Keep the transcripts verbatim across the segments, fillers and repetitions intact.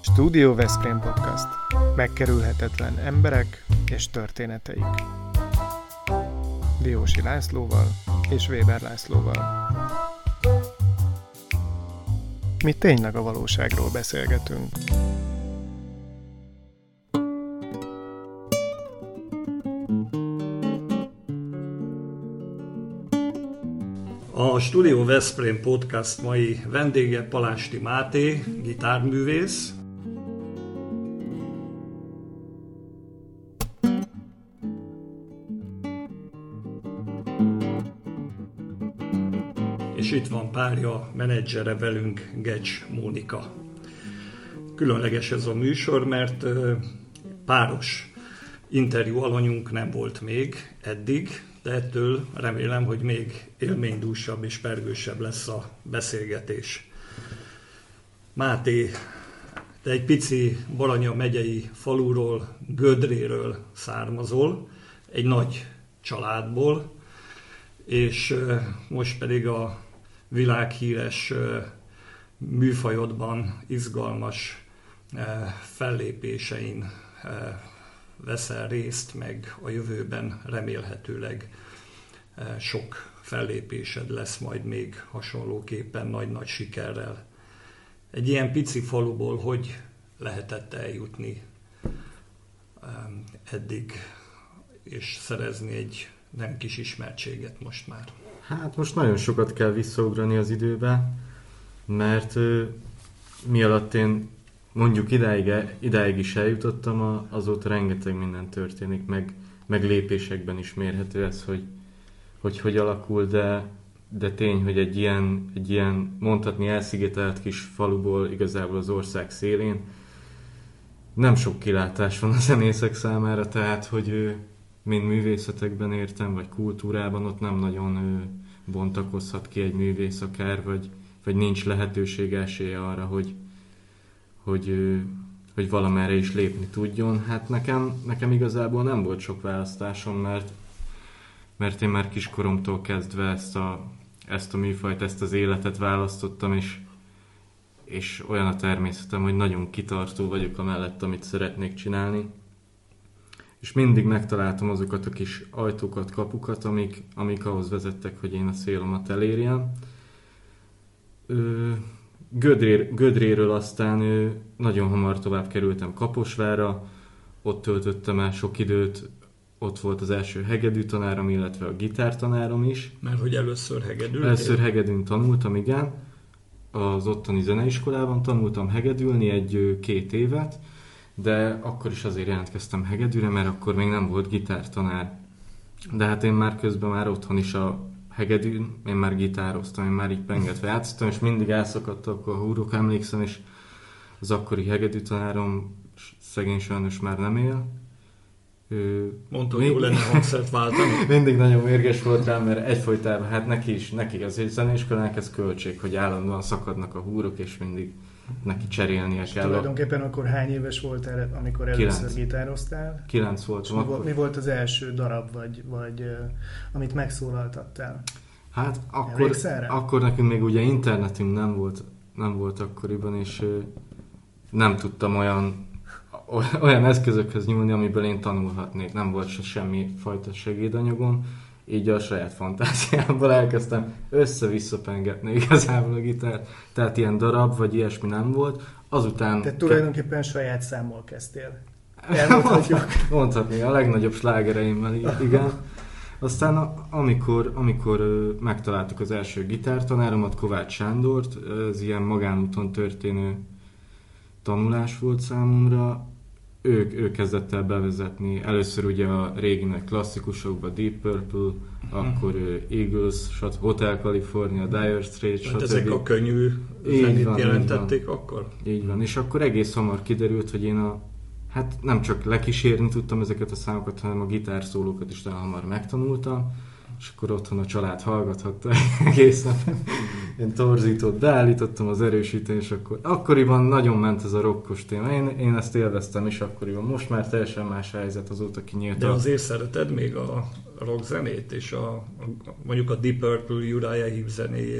Studio Veszprém Podcast. Megkerülhetetlen emberek és történeteik. Diósi Lászlóval és Weber Lászlóval. Mi tényleg a valóságról beszélgetünk. A Studio Veszprém Podcast mai vendége Palásti Máté, gitárművész. És itt van párja, menedzsere velünk, Gecs Mónika. Különleges ez a műsor, mert páros interjú alanyunk nem volt még eddig, de ettől remélem, hogy még élménydúsabb és pergősebb lesz a beszélgetés. Máté, te egy pici Baranya megyei faluról, Gödréről származol, egy nagy családból, és most pedig a világhíres műfajodban izgalmas fellépésein veszel részt, meg a jövőben remélhetőleg sok fellépésed lesz majd még hasonlóképpen nagy-nagy sikerrel. Egy ilyen pici faluból hogy lehetett eljutni eddig, és szerezni egy nem kis ismertséget most már? Hát most nagyon sokat kell visszaugrani az időbe, mert mi alatt én mondjuk idáig, idáig is eljutottam, azóta rengeteg minden történik, meg, meg lépésekben is mérhető ez, hogy hogy, hogy alakul, de, de tény, hogy egy ilyen, egy ilyen mondhatni elszigetelt kis faluból igazából az ország szélén nem sok kilátás van a zenészek számára, tehát hogy mind művészetekben értem, vagy kultúrában ott nem nagyon bontakozhat ki egy művész akár, vagy, vagy nincs lehetőség esélye arra, hogy Hogy, hogy valamerre is lépni tudjon. Hát nekem, nekem igazából nem volt sok választásom, mert, mert én már kiskoromtól kezdve ezt a, ezt a műfajt, ezt az életet választottam, és, és olyan a természetem, hogy nagyon kitartó vagyok amellett, amit szeretnék csinálni. És mindig megtaláltam azokat a kis ajtókat, kapukat, amik, amik ahhoz vezettek, hogy én a célomat elérjem. Ö, Gödrér, Gödréről aztán nagyon hamar tovább kerültem Kaposvárra, ott töltöttem el sok időt, ott volt az első hegedű tanárom, illetve a gitártanárom is. Mert hogy először hegedültél? Először hegedűn tanultam, igen. Az ottani zeneiskolában tanultam hegedülni egy-két évet, de akkor is azért jelentkeztem hegedűre, mert akkor még nem volt gitártanár. De hát én már közben már otthon is a hegedűn, én már gitároztam, én már így pengetve játszottam, és mindig elszakadtak a húrok, emlékszem, és az akkori hegedű tanárom szegény sajnos már nem él. Mondta, hogy jó lenne hangszert váltani. Mindig nagyon mérges volt rám, mert egyfolytában, hát neki is, neki az egy zeneiskolának ez költség, hogy állandóan szakadnak a húrok, és mindig neki cserélnie és kell. Tulajdonképpen akkor hány éves voltál, amikor először Kilenc. gitároztál? Kilenc voltam mi, akkor. Mi volt az első darab, vagy, vagy uh, amit megszólaltattál? Hát akkor, akkor nekünk még ugye internetünk nem volt, nem volt akkoriban, és uh, nem tudtam olyan, olyan eszközökhöz nyúlni, amiből én tanulhatnék. Nem volt se semmi fajta segédanyagom, így a saját fantáziámból elkezdtem össze-vissza pengetni igazából a gitárt. Tehát ilyen darab, vagy ilyesmi nem volt. Azután... Te tulajdonképpen ke... saját számmal kezdtél. Elmondhatjuk. Mondhatni, a legnagyobb slágereimmel, igen. Aztán amikor, amikor megtaláltuk az első gitártanáromat, Kovács Sándort, ez ilyen magánúton történő tanulás volt számomra. Ő, ő kezdett el bevezetni először ugye a régi meg klasszikusokba, Deep Purple, uh-huh. akkor uh, Eagles, Hotel California, Dire Straits, stb. Ezek a könnyű zenét jelentették akkor? Így van, és akkor egész hamar kiderült, hogy én a hát nem csak lekísérni tudtam ezeket a számokat, hanem a gitárszólókat is nagyon hamar megtanultam, és akkor otthon a család hallgathatta egész nap. Én torzítót beállítottam az erősítést, és akkor akkoriban nagyon ment ez a rockos téma. Én, én ezt élveztem is akkoriban. Most már teljesen más helyzet, azóta kinyílt. De azért szereted még a rock zenét, és a, a, mondjuk a Deep Purple, Uriah Heep zenéjét?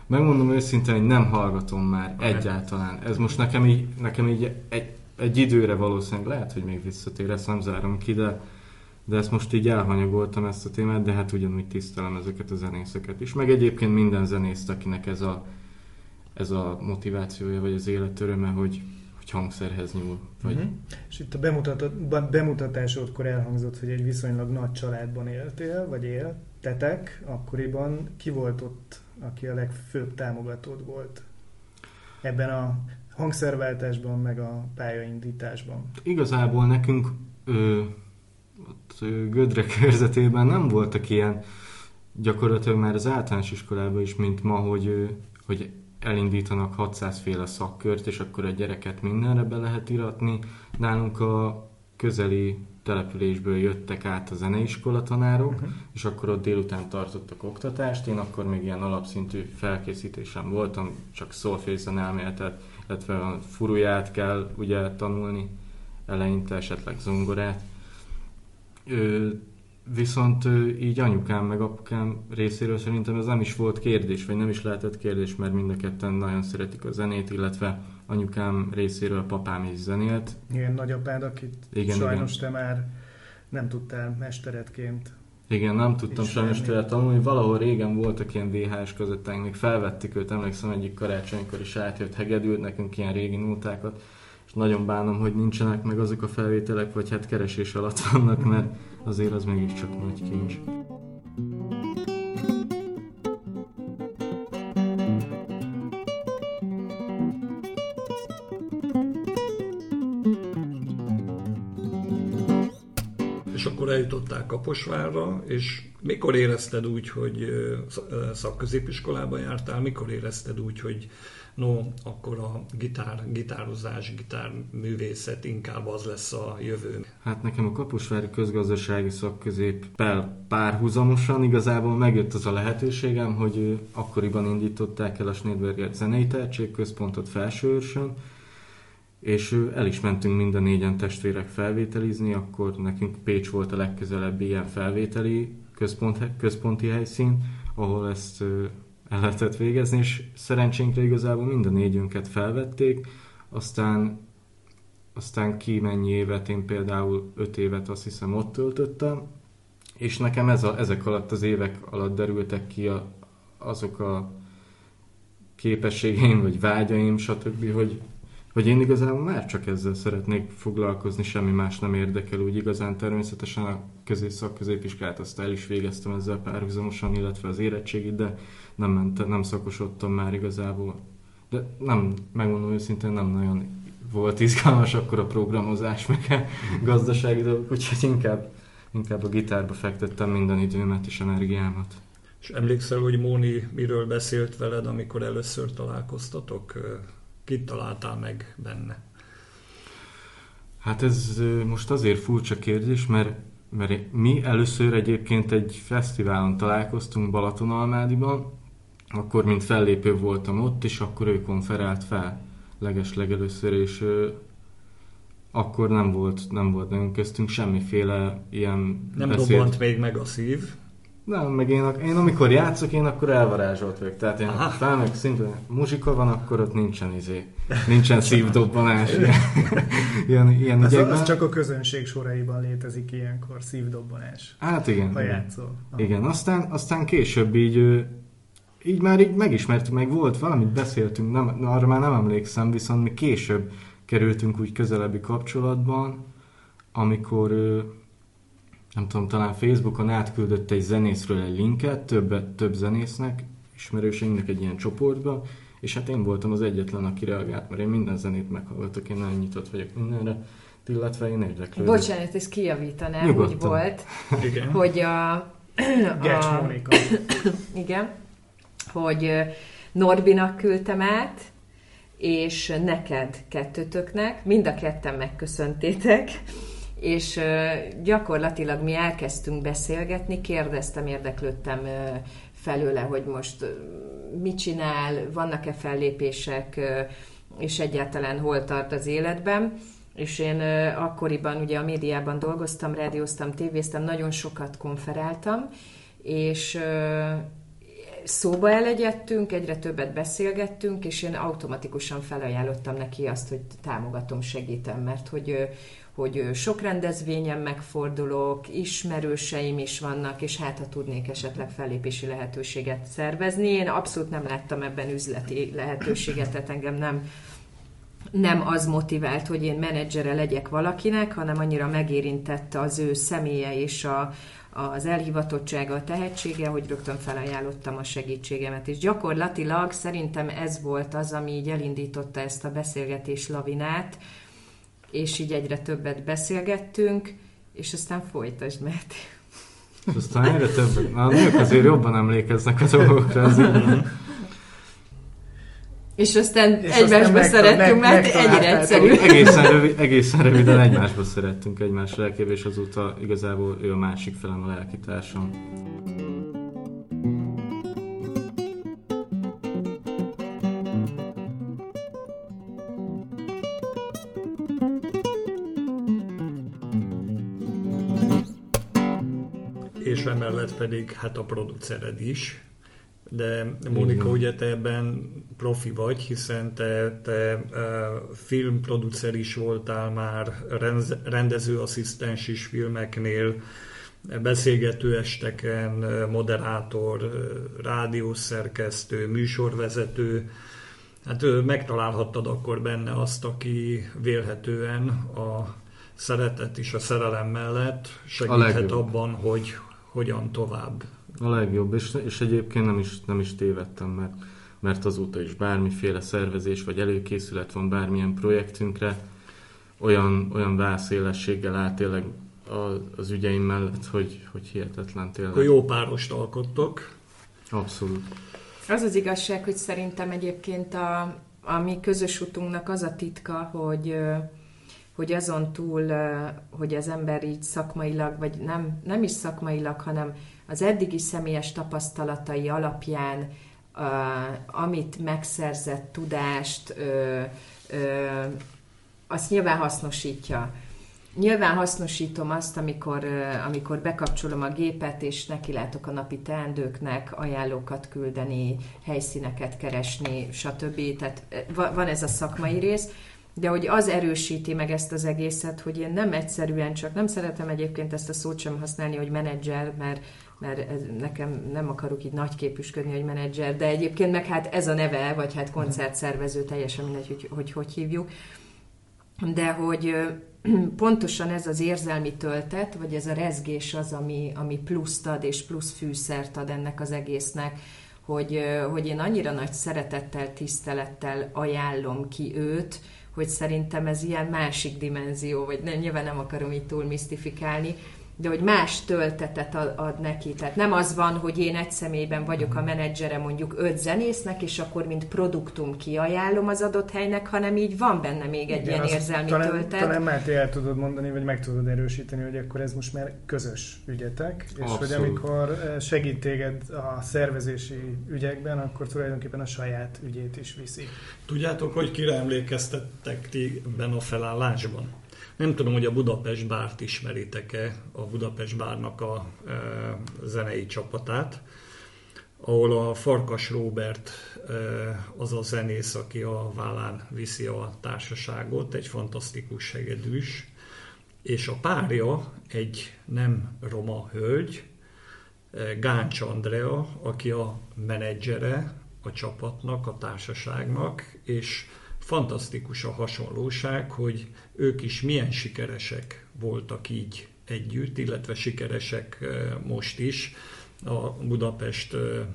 megmondom őszintén, hogy nem hallgatom már egyáltalán. Ez most nekem így, nekem így egy, egy időre valószínűleg lehet, hogy még visszatér, ezt nem zárom ki, de, de ezt most így elhanyagoltam ezt a témát, de hát ugyanúgy tisztelem ezeket a zenészeket is. Meg egyébként minden zenészt, akinek ez a, ez a motivációja, vagy az életöröme, hogy, hogy hangszerhez nyúl. Vagy... Uh-huh. És itt a bemutatásodkor elhangzott, hogy egy viszonylag nagy családban éltél, vagy éltetek akkoriban. Ki volt ott, aki a legfőbb támogatód volt ebben a hangszerváltásban, meg a pályaindításban? Igazából nekünk ö, ott ö, Gödre körzetében nem voltak ilyen, gyakorlatilag már az általános iskolában is, mint ma, hogy, ö, hogy elindítanak hatszáz féle szakkört, és akkor a gyereket mindenre be lehet iratni. Nálunk a közeli településből jöttek át a zeneiskola tanárok, uh-huh. és akkor ott délután tartottak oktatást. Én akkor még ilyen alapszintű felkészítésem voltam, csak szolfészzen elméletet, illetve a furuját kell ugye tanulni eleinte, esetleg zongorát. Ö, viszont ö, így anyukám meg apukám részéről szerintem ez nem is volt kérdés, vagy nem is lehetett kérdés, mert mind a ketten nagyon szeretik a zenét, illetve anyukám részéről papám is zenélt. Igen, nagyapád, akit igen, sajnos igen. te már nem tudtál mesteredként. Igen, nem tudtam sajnos tőle tanulni. Valahol régen voltak ilyen vé há es kazettáink, még felvettük őt, emlékszem egyik karácsonykor is átjött, hegedült nekünk ilyen régi nótákat, és nagyon bánom, hogy nincsenek meg azok a felvételek, vagy hát keresés alatt vannak, mert azért az mégiscsak nagy kincs. És akkor eljutottál Kaposvárra, és mikor érezted úgy, hogy szakközépiskolában jártál, mikor érezted úgy, hogy no, akkor a gitár, gitározás, gitárművészet inkább az lesz a jövő? Hát nekem a Kaposvári Közgazdasági Szakközéppel párhuzamosan igazából megjött az a lehetőségem, hogy akkoriban indították el a Schneidberger Zenei Tehetségközpontot Felsőőrsön, és el is mentünk mind a négyen testvérek felvételizni, akkor nekünk Pécs volt a legközelebbi ilyen felvételi központ, központi helyszín, ahol ezt el lehetett végezni, és szerencsénkre igazából mind a négyünket felvették, aztán, aztán ki mennyi évet, én például öt évet azt hiszem ott töltöttem, és nekem ez a, ezek alatt az évek alatt derültek ki a, azok a képességeim, vagy vágyaim, stb., hogy hogy én igazából már csak ezzel szeretnék foglalkozni, semmi más nem érdekel, úgy igazán természetesen a közé szakközépiskolát azt el is végeztem ezzel párhuzamosan, illetve az érettségit, de nem, ment, nem szakosodtam már igazából. De nem, megmondom őszintén, nem nagyon volt izgalmas akkor a programozás, meg a gazdasági dolgok, úgyhogy inkább, inkább a gitárba fektettem minden időmet és energiámat. És emlékszel, hogy Móni miről beszélt veled, amikor először találkoztatok? Kit találtál meg benne? Hát ez most azért furcsa kérdés, mert, mert mi először egyébként egy fesztiválon találkoztunk Balatonalmádiban, akkor mint fellépő voltam ott, és akkor ő konferált fel leges legelőször, és ö, akkor nem volt, nem volt nagyon köztünk semmiféle ilyen Nem beszéd. dobbant még meg a szív? Nem, meg én, én amikor játszok, én akkor elvarázsolt vagyok. Tehát én felmegyek szintén, muzsika van, akkor ott nincsen izé, nincsen szívdobbanás. ilyen, ilyen az, az csak a közönség soraiban létezik ilyenkor, szívdobbanás. Hát igen. Ha igen. játszol. Igen, aztán, aztán később így, így már így megismertük, meg volt valamit beszéltünk, nem, arra már nem emlékszem, viszont mi később kerültünk úgy közelebbi kapcsolatban, amikor nem tudom, talán Facebookon átküldött egy zenészről egy linket, több, több zenésznek, ismerőségnek egy ilyen csoportba, és hát én voltam az egyetlen, aki reagált, mert én minden zenét meghallgatok, én nagyon nyitott vagyok mindenre, illetve én érdeklődök. Bocsánat, ezt kijavítanám, Nyugodtan. úgy volt, Igen. hogy a... a Gecs Mónika. Igen, hogy Norbinak küldtem át, és neked, kettőtöknek, mind a ketten megköszöntétek, és gyakorlatilag mi elkezdtünk beszélgetni, kérdeztem, érdeklődtem felőle, hogy most mit csinál, vannak-e fellépések, és egyáltalán hol tart az életben. És én akkoriban ugye a médiában dolgoztam, rádióztam, tévéztem, nagyon sokat konferáltam, és szóba elegyedtünk, egyre többet beszélgettünk, és én automatikusan felajánlottam neki azt, hogy támogatom, segítem, mert hogy, hogy sok rendezvényen megfordulok, ismerőseim is vannak, és hát ha tudnék esetleg fellépési lehetőséget szervezni. Én abszolút nem láttam ebben üzleti lehetőséget, tehát engem nem, nem az motivált, hogy én menedzsere legyek valakinek, hanem annyira megérintette az ő személye és a az elhivatottsága, a tehetsége, hogy rögtön felajánlottam a segítségemet. És gyakorlatilag szerintem ez volt az, ami így elindította ezt a beszélgetés lavinát, és így egyre többet beszélgettünk, és aztán folytasd, mert... És aztán egyre többet. Na, a nők azért jobban emlékeznek a dolgokra. És aztán és egymásba szerettünk, mert ennyire egyszerű. Egészen, rövid, egészen röviden egymásba szerettünk, egymás lelkébe, és azóta igazából ő a másik felem, a lelkitársam. És emellett pedig hát a producered is. De Mónika, ugye te ebben profi vagy, hiszen te, te uh, filmproducer is voltál már, rendezőasszisztens is filmeknél, beszélgető esteken, moderátor, rádiós szerkesztő, műsorvezető. Hát megtalálhattad akkor benne azt, aki vélhetően a szeretet és a szerelem mellett segíthet abban, hogy hogyan tovább. A legjobb, és, és egyébként nem is, nem is tévedtem, mert, mert azóta is bármiféle szervezés vagy előkészület van bármilyen projektünkre, olyan, olyan vászélességgel áll tényleg az ügyeim mellett, hogy, hogy hihetetlen tényleg. Akkor jó párost alkottok. Abszolút. Az az igazság, hogy szerintem egyébként a, a mi közös utunknak az a titka, hogy, hogy azon túl, hogy az ember így szakmailag, vagy nem, nem is szakmailag, hanem az eddigi személyes tapasztalatai alapján, uh, amit megszerzett tudást, uh, uh, azt nyilván hasznosítja. Nyilván hasznosítom azt, amikor, uh, amikor bekapcsolom a gépet, és nekilátok a napi teendőknek, ajánlókat küldeni, helyszíneket keresni, stb. Tehát van ez a szakmai rész, de hogy az erősíti meg ezt az egészet, hogy én nem egyszerűen csak, nem szeretem egyébként ezt a szót sem használni, hogy menedzser, mert mert ez, nekem nem akarok így nagyképűsködni, hogy menedzser, de egyébként meg hát ez a neve, vagy hát koncertszervező, teljesen mindegy, hogy hogy, hogy hívjuk, de hogy pontosan ez az érzelmi töltet, vagy ez a rezgés az, ami, ami pluszt ad, és plusz fűszert ad ennek az egésznek, hogy, hogy én annyira nagy szeretettel, tisztelettel ajánlom ki őt, hogy szerintem ez ilyen másik dimenzió, vagy nem, nyilván nem akarom így túl misztifikálni, de hogy más töltetet ad neki. Tehát nem az van, hogy én egy személyben vagyok a menedzsere mondjuk öt zenésznek, és akkor mint produktum kiajánlom az adott helynek, hanem így van benne még egy igen, ilyen érzelmi talán, töltet. Talán Máté el tudod mondani, vagy meg tudod erősíteni, hogy akkor ez most már közös ügyetek, és abszolút. Hogy amikor segít téged a szervezési ügyekben, akkor tulajdonképpen a saját ügyét is viszi. Tudjátok, hogy kire emlékeztettek ti ebben a felállásban? Nem tudom, hogy a Budapest Bárt ismeritek-e, a Budapest Bárnak a e, zenei csapatát, ahol a Farkas Róbert e, az a zenész, aki a vállán viszi a társaságot, egy fantasztikus hegedűs, és a párja egy nem roma hölgy, e, Gáncs Andrea, aki a menedzsere a csapatnak, a társaságnak, és fantasztikus a hasonlóság, hogy ők is milyen sikeresek voltak így együtt, illetve sikeresek most is. A Budapest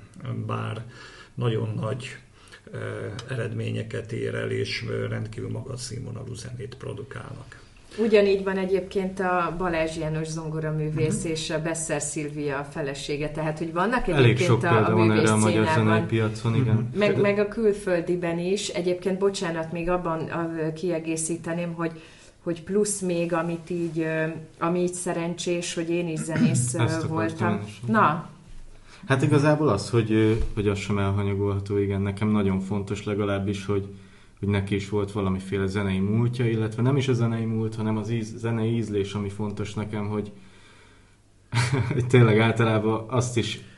Bár nagyon nagy eredményeket ér el, és rendkívül magas színvonalú zenét produkálnak. Ugyanígy van egyébként a Balázs János zongoraművész uh-huh. és a Besser Szilvia felesége, tehát hogy vannak egyébként elég sok a, a művész a magyar zenei színában, piacon, igen. Uh-huh. Meg, meg a külföldiben is. Egyébként, bocsánat, még abban a, kiegészíteném, hogy, hogy plusz még, amit így, ami így szerencsés, hogy én is zenész voltam. Na, hát igazából az, hogy, hogy az sem elhanyagolható, igen, nekem nagyon fontos legalábbis, hogy hogy neki is volt valamiféle zenei múltja, illetve nem is a zenei múlt, hanem az íz, zenei ízlés, ami fontos nekem, hogy, hogy tényleg általában azt is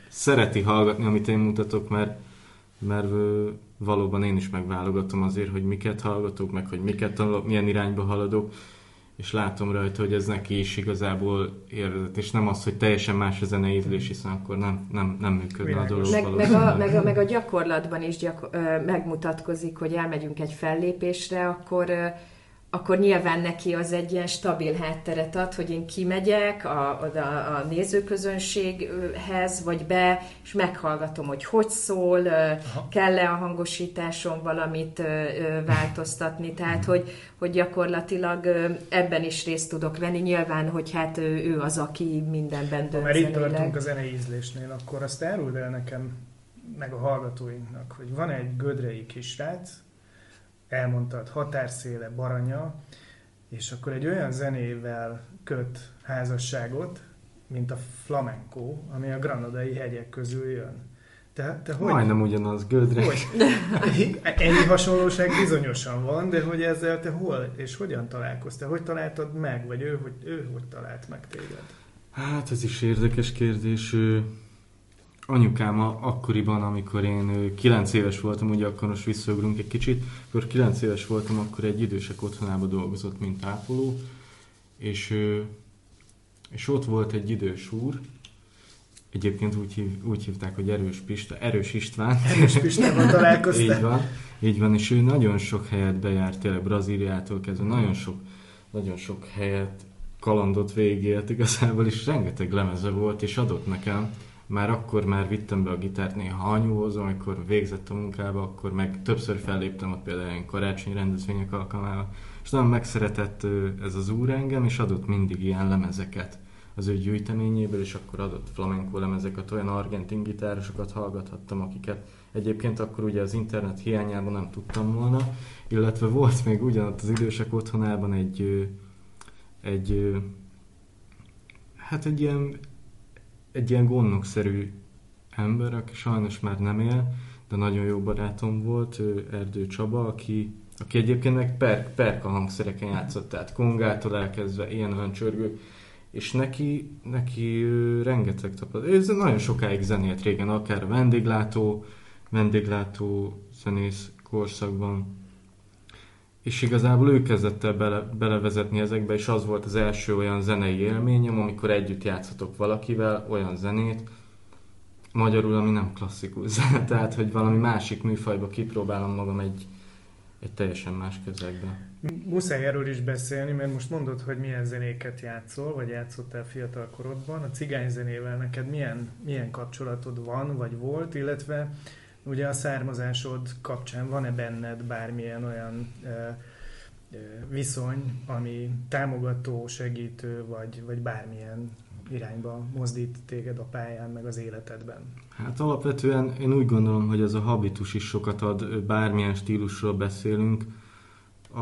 szereti hallgatni, amit én mutatok, mert, mert valóban én is megválogatom azért, hogy miket hallgatok, meg hogy miket tanulok, milyen irányba haladok, és látom rajta, hogy ez neki is igazából élvezet, és nem az, hogy teljesen más a zenei ízlés, hiszen akkor nem, nem, nem működne a dolog. Meg, meg, a, meg, a, meg a gyakorlatban is gyakor- megmutatkozik, hogy elmegyünk egy fellépésre, akkor, akkor nyilván neki az egy ilyen stabil hátteret ad, hogy én kimegyek a, a, a nézőközönséghez, vagy be, és meghallgatom, hogy hogy szól, Aha. kell-e a hangosításon valamit változtatni, tehát hogy, hogy gyakorlatilag ebben is részt tudok venni. Nyilván, hogy hát ő az, aki mindenben dönt. Mert itt tartunk a zenei ízlésnél, akkor azt áruld el nekem, meg a hallgatóinknak, hogy van egy gödrei kisrác, elmondtad, Határszéle, Baranya, és akkor egy olyan zenével köt házasságot, mint a flamenco, ami a granadai hegyek közül jön. Te, te hogy? Majdnem ugyanaz, gödre. Hogy? Ennyi hasonlóság bizonyosan van, de hogy ezzel te hol és hogyan találkoztál? Hogy találtad meg, vagy ő hogy, ő hogy talált meg téged? Hát ez is érdekes kérdés. Anyukám akkoriban, amikor én kilenc éves voltam, ugye akkor most visszaugrunk egy kicsit, akkor kilenc éves voltam, akkor egy idősek otthonában dolgozott, mint ápoló, és, és ott volt egy idős úr, egyébként úgy, hív, úgy hívták, hogy Erős Pista, Erős István. Erős Pistával találkoztál? Így van, így van, és ő nagyon sok helyet bejárt, tényleg Brazíliától kezdve, nagyon sok, nagyon sok helyet, kalandot végigélt igazából, és rengeteg lemeze volt, és adott nekem. Már akkor már vittem be a gitárt néha anyuhoz, amikor végzett a munkába, akkor meg többször felléptem ott például ilyen karácsonyi rendezvények alkalmával. És nagyon megszeretett ez az úr engem, és adott mindig ilyen lemezeket az ő gyűjteményéből, és akkor adott flamenco lemezeket, olyan argentin gitárosokat hallgathattam, akiket egyébként akkor ugye az internet hiányában nem tudtam volna, illetve volt még ugyanott az idősek otthonában egy, egy hát egy ilyen egy ilyen gondnokszerű ember, aki sajnos már nem él, de nagyon jó barátom volt, Erdő Csaba, aki, aki egyébként meg per, perka hangszereken játszott, tehát kongától elkezdve ilyen-olyan csörgők, és neki, neki rengeteg tapasztalat. Ez nagyon sokáig zenélt régen, akár a vendéglátó, vendéglátó zenész korszakban, és igazából ő kezdett el bele, belevezetni ezekbe, és az volt az első olyan zenei élményem, amikor együtt játszhatok valakivel olyan zenét, magyarul, ami nem klasszikus zene, tehát hogy valami másik műfajba kipróbálom magam egy, egy teljesen más közegben. Muszáj erről is beszélni, mert most mondod, hogy milyen zenéket játszol, vagy játszottál fiatal korodban. A cigányzenével neked milyen, milyen kapcsolatod van, vagy volt, illetve ugye a származásod kapcsán van-e benned bármilyen olyan ö, ö, viszony, ami támogató, segítő, vagy, vagy bármilyen irányba mozdít téged a pályán, meg az életedben? Hát alapvetően én úgy gondolom, hogy ez a habitus is sokat ad, bármilyen stílusról beszélünk. A...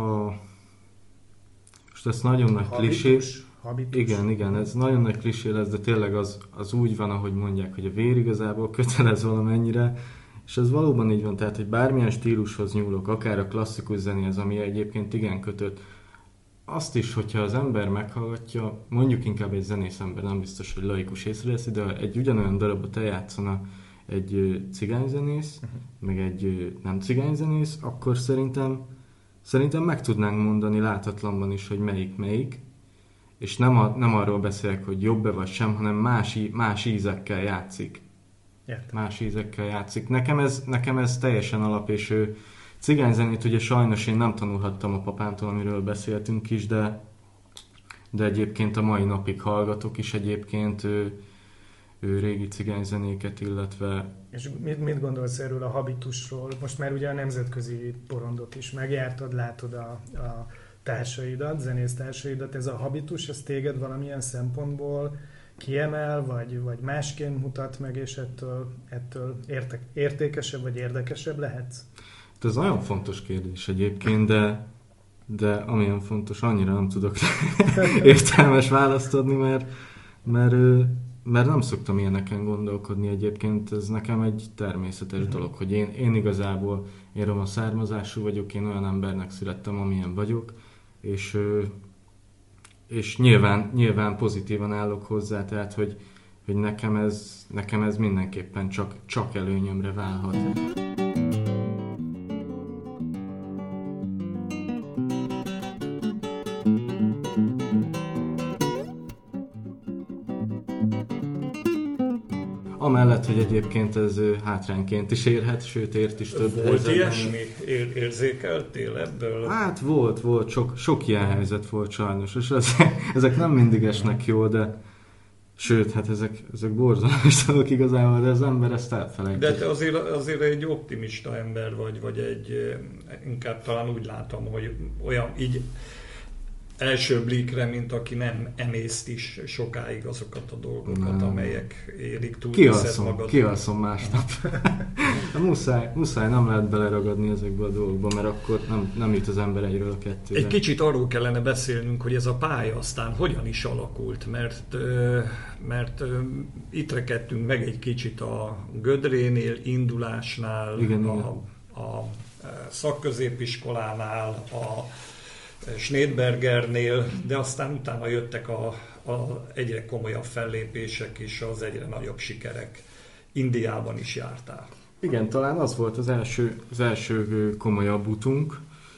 Most ez nagyon nagy klisé. Habitus. Igen, igen, ez nagyon nagy klisé lesz, de tényleg az, az úgy van, ahogy mondják, hogy a vér igazából kötelez valamennyire, és ez valóban így van, tehát, hogy bármilyen stílushoz nyúlok, akár a klasszikus zenéhez, ami egyébként igen kötött, azt is, hogyha az ember meghallgatja, mondjuk inkább egy zenész ember, nem biztos, hogy laikus észreveszi, de egy ugyanolyan darabot eljátszana egy cigányzenész, uh-huh. meg egy nem cigányzenész, akkor szerintem, szerintem meg tudnánk mondani látatlanban is, hogy melyik melyik, és nem, a, nem arról beszélek, hogy jobb-e vagy sem, hanem más, más ízekkel játszik. Értem. Más ízekkel játszik. Nekem ez, nekem ez teljesen alap, és ő, cigányzenét ugye sajnos én nem tanulhattam a papámtól, amiről beszéltünk is, de, de egyébként a mai napig hallgatok is egyébként ő, ő régi cigányzenéket, illetve... És mit, mit gondolsz erről a habitusról? Most már ugye a nemzetközi porondot is megjártad, látod a, a társaidat, zenész társaidat. Ez a habitus, ez téged valamilyen szempontból kiemel, vagy, vagy másként mutat meg, és ettől, ettől érte, értékesebb vagy érdekesebb lehetsz? Ez nagyon fontos kérdés egyébként, de, de amilyen fontos, annyira nem tudok értelmes választ adni, mert, mert, mert nem szoktam ilyeneken gondolkodni egyébként. Ez nekem egy természetes uh-huh. dolog, hogy én, én igazából én roma származású vagyok, én olyan embernek születtem, amilyen vagyok, és, és nyilván, nyilván pozitívan állok hozzá, tehát hogy hogy nekem ez, nekem ez mindenképpen csak, csak előnyömre válhat. Amellett, hogy egyébként ez hátrányként is érhet, sőt ért is több Volt helyzetben. Ilyesmi? Ér- érzékeltél ebből? Hát volt, volt, sok, sok ilyen helyzet volt sajnos, és ez, ezek nem mindig esnek jól, de sőt, hát ezek, ezek borzalmas dolgok igazából, de az ember ezt elfelejti. De te azért, azért egy optimista ember vagy, vagy egy, inkább talán úgy látom, hogy olyan így első blikre, mint aki nem emészt is sokáig azokat a dolgokat, nem. amelyek érik túl kialszom, magad. Kialszom másnap. muszáj, muszáj, nem lehet beleragadni ezekbe a dolgokba, mert akkor nem, nem jut az ember egyről a kettőre. Egy kicsit arról kellene beszélnünk, hogy ez a pálya aztán hogyan is alakult, mert, mert itt rekedtünk meg egy kicsit a Gödrénél, indulásnál, igen, a, igen. a szakközépiskolánál, a Schneidbergernél, de aztán utána jöttek a, a egyre komolyabb fellépések és az egyre nagyobb sikerek. Indiában is jártál. Igen, talán az volt az első, az első komolyabb utunk,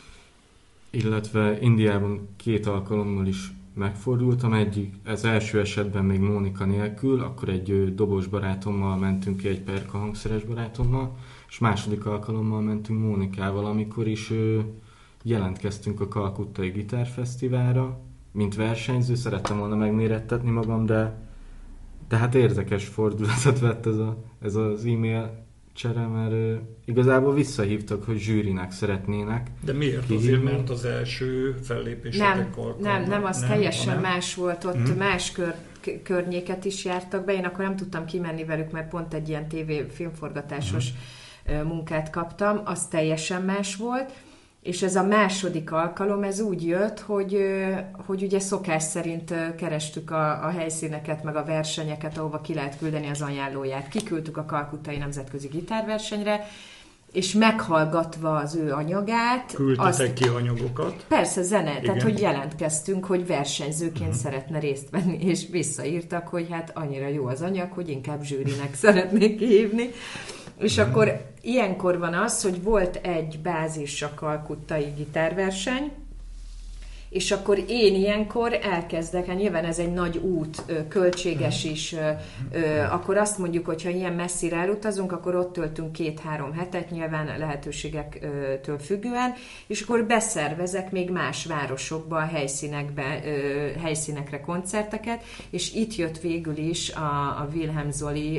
illetve Indiában két alkalommal is megfordultam. Egyik, az első esetben még Mónika nélkül, akkor egy dobos barátommal mentünk ki, egy perka hangszeres barátommal, és második alkalommal mentünk Mónikával, amikor is jelentkeztünk a Kalkuttai Gitárfesztiválra, mint versenyző, szerettem volna megmérettetni magam, de, de hát érdekes fordulatot vett ez, a, ez az e-mail csere, mert uh, igazából visszahívtak, hogy zsűrinek szeretnének. De miért? Kihívni. Azért, mert az első fellépésetek alkalma? Nem, nem, nem, az nem, teljesen nem. más volt, ott hmm. más kör, környéket is jártak be, én akkor nem tudtam kimenni velük, mert pont egy ilyen tévé filmforgatásos hmm. munkát kaptam, az teljesen más volt. És ez a második alkalom, ez úgy jött, hogy, hogy ugye szokás szerint kerestük a, a helyszíneket, meg a versenyeket, ahova ki lehet küldeni az ajánlóját. Kiküldtük a Kalkuttai Nemzetközi Gitárversenyre, és meghallgatva az ő anyagát... Küldtetek azt, ki anyagokat? Persze, zene. Igen. Tehát, hogy jelentkeztünk, hogy versenyzőként uh-huh. szeretne részt venni, és visszaírtak, hogy hát annyira jó az anyag, hogy inkább zsűrinek szeretnék hívni. És uh-huh. akkor ilyenkor van az, hogy volt egy bázis a kalkuttai gitárverseny, és akkor én ilyenkor elkezdek, hát nyilván ez egy nagy út, költséges is, akkor azt mondjuk, hogyha ilyen messzire elutazunk, akkor ott töltünk két-három hetet, nyilván lehetőségektől függően, és akkor beszervezek még más városokba, helyszínekbe, helyszínekre koncerteket, és itt jött végül is a, a Wilhelm Zoli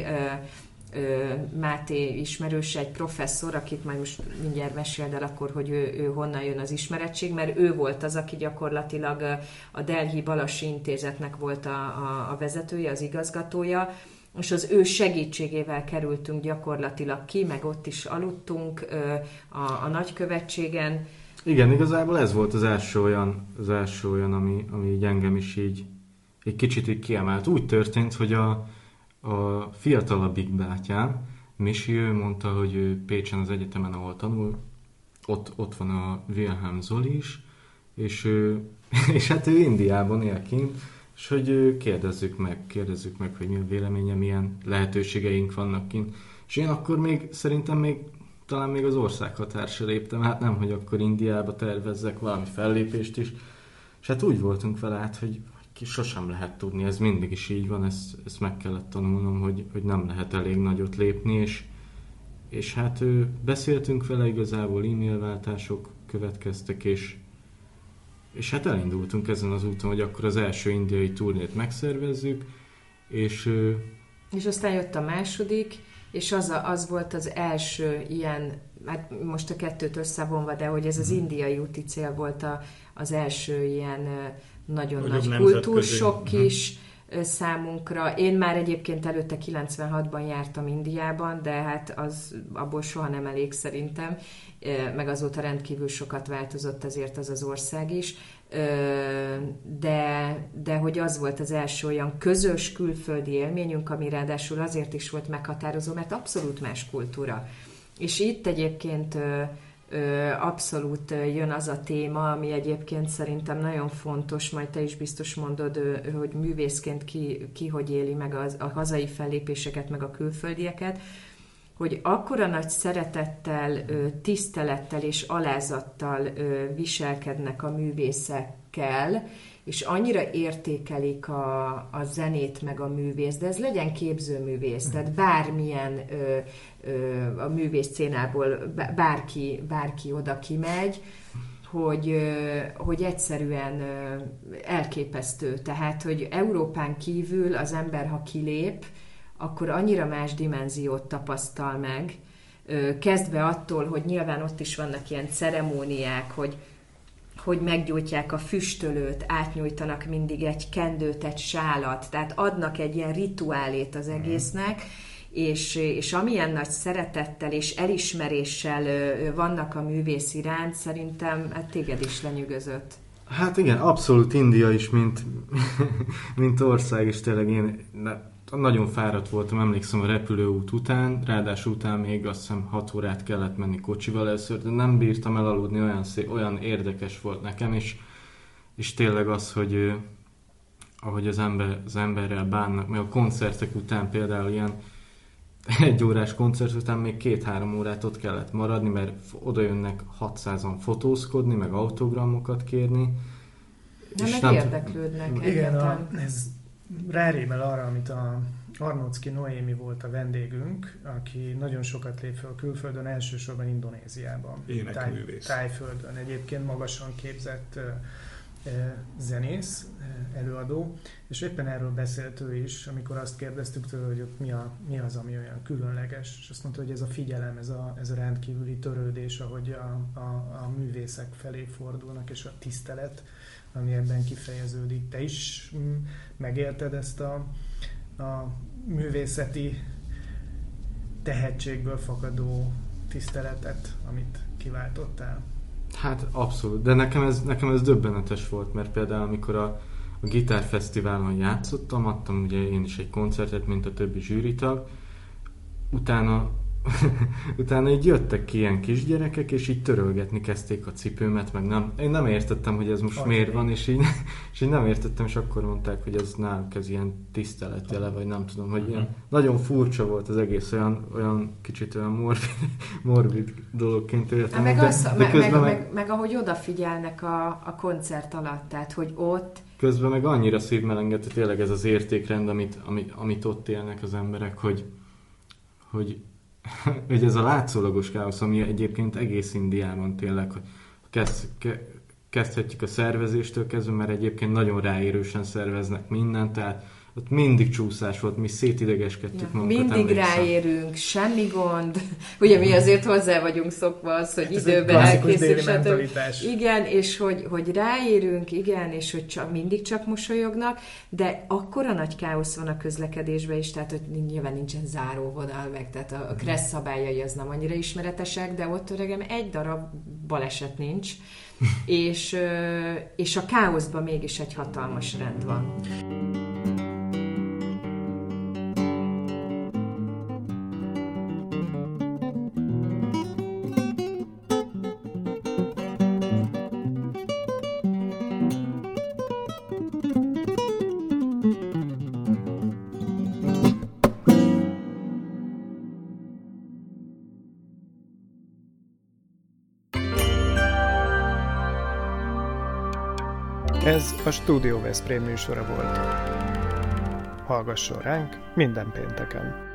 Máté ismerős, egy professzor, akit majd most mindjárt meséld el akkor, hogy ő, ő honnan jön az ismerettség, mert ő volt az, aki gyakorlatilag a Delhi Balassi Intézetnek volt a, a, a vezetője, az igazgatója, és az ő segítségével kerültünk gyakorlatilag ki, meg ott is aludtunk a, a nagykövetségen. Igen, igazából ez volt az első olyan, az első olyan ami, ami így engem is így egy kicsit így kiemelt. Úgy történt, hogy a A fiatalabbik bátyám, Misi, ő mondta, hogy ő Pécsen az egyetemen, ahol tanul, ott, ott van a Wilhelm Zoli is, és, ő, és hát ő Indiában él kint, és hogy kérdezzük meg, kérdezzük meg, hogy mi a véleménye, milyen lehetőségeink vannak kint. És én akkor még, szerintem még, talán még az országhatár se léptem, hát nem, hogy akkor Indiába tervezzek valami fellépést is, és hát úgy voltunk vele, hát, hogy sosem lehet tudni, ez mindig is így van, ezt, ezt meg kellett tanulnom, hogy, hogy nem lehet elég nagyot lépni, és, és hát ő, beszéltünk vele, igazából e-mailváltások következtek, és, és hát elindultunk ezen az úton, hogy akkor az első indiai turnét megszervezzük, és... És aztán jött a második, és az, a, az volt az első ilyen, hát most a kettőt összevonva, de hogy ez az indiai úti cél volt a, az első ilyen nagyon Nagyobb nagy kultúrsokk is uh-huh. számunkra. Én már egyébként előtte kilencvenhatban jártam Indiában, de hát az abból soha nem elég szerintem, meg azóta rendkívül sokat változott azért az az ország is, de, de hogy az volt az első olyan közös külföldi élményünk, ami ráadásul azért is volt meghatározó, mert abszolút más kultúra. És itt egyébként abszolút jön az a téma, ami egyébként szerintem nagyon fontos, majd te is biztos mondod, hogy művészként ki, ki hogy éli meg az, a hazai fellépéseket, meg a külföldieket, hogy akkora nagy szeretettel, tisztelettel és alázattal viselkednek a művészekkel, és annyira értékelik a, a zenét meg a művész, de ez legyen képzőművész, tehát bármilyen ö, ö, a művész szénából bárki, bárki oda kimegy, hogy, ö, hogy egyszerűen ö, elképesztő. Tehát, hogy Európán kívül az ember, ha kilép, akkor annyira más dimenziót tapasztal meg, ö, kezdve attól, hogy nyilván ott is vannak ilyen ceremóniák, hogy hogy meggyújtják a füstölőt, átnyújtanak mindig egy kendőt, egy sálat, tehát adnak egy ilyen rituálét az egésznek, és, és amilyen nagy szeretettel és elismeréssel vannak a művész iránt, szerintem hát téged is lenyűgözött. Hát igen, abszolút India is, mint, mint ország, és tényleg én nagyon fáradt voltam, emlékszem a repülőút után, ráadásul után még azt hiszem hat órát kellett menni kocsival először, de nem bírtam elaludni, olyan, szép, olyan érdekes volt nekem, és, és tényleg az, hogy ahogy az, ember, az emberrel bánnak, meg a koncertek után például ilyen egy órás koncert után még két-három órát ott kellett maradni, mert oda jönnek hatszázan fotózkodni, meg autogramokat kérni. Nem, meg nem érdeklődnek. Igen, a, ez rárémel arra, amit a Arnóczky Noémi volt a vendégünk, aki nagyon sokat lép fel külföldön, elsősorban Indonéziában. Énekművész. Táj, tájföldön. Egyébként magasan képzett uh, uh, zenész, uh, előadó, és éppen erről beszélt ő is, amikor azt kérdeztük tőle, hogy ott mi, a, mi az, ami olyan különleges, és azt mondta, hogy ez a figyelem, ez a, ez a rendkívüli törődés, ahogy a, a, a művészek felé fordulnak, és a tisztelet, ami ebben kifejeződik. Te is megélted ezt a, a művészeti tehetségből fakadó tiszteletet, amit kiváltottál? Hát abszolút, de nekem ez, nekem ez döbbenetes volt, mert például amikor a, a gitárfesztiválon játszottam, adtam ugye én is egy koncertet, mint a többi zsűritag, utána utána így jöttek ki ilyen kisgyerekek, és így törölgetni kezdték a cipőmet, meg nem, én nem értettem, hogy ez most okay. miért van, és így, és így nem értettem, és akkor mondták, hogy ez náluk ez ilyen tiszteletjele, vagy nem tudom, hogy ilyen nagyon furcsa volt az egész, olyan, olyan kicsit olyan morbid, morbid dologként értem. Meg, de, az, de meg, meg, meg, meg, meg ahogy odafigyelnek a, a koncert alatt, tehát hogy ott közben meg annyira szívmelengetett tényleg ez az értékrend, amit, amit, amit ott élnek az emberek, hogy, hogy hogy ez a látszólagos káosz, ami egyébként egész Indiában tényleg, hogy kezd, ke, kezdhetjük a szervezéstől kezdve, mert egyébként nagyon ráérősen szerveznek mindent, tehát ott mindig csúszás volt, mi szétidegeskedtük ja, magunkat. Mindig emlékszem. Ráérünk, semmi gond. Ugye mi azért hozzá vagyunk szokva az, hogy ez időben elkészül. Igen, és hogy, hogy ráérünk, igen, és hogy csak, mindig csak mosolyognak, de akkora nagy káosz van a közlekedésben is, tehát hogy nyilván nincsen záróvonal meg, tehát a Kressz szabályai az nem annyira ismeretesek, de ott öregem egy darab baleset nincs, és, és a káoszban mégis egy hatalmas rend van. Ez a Stúdió Veszprém műsora volt. Hallgasson ránk minden pénteken!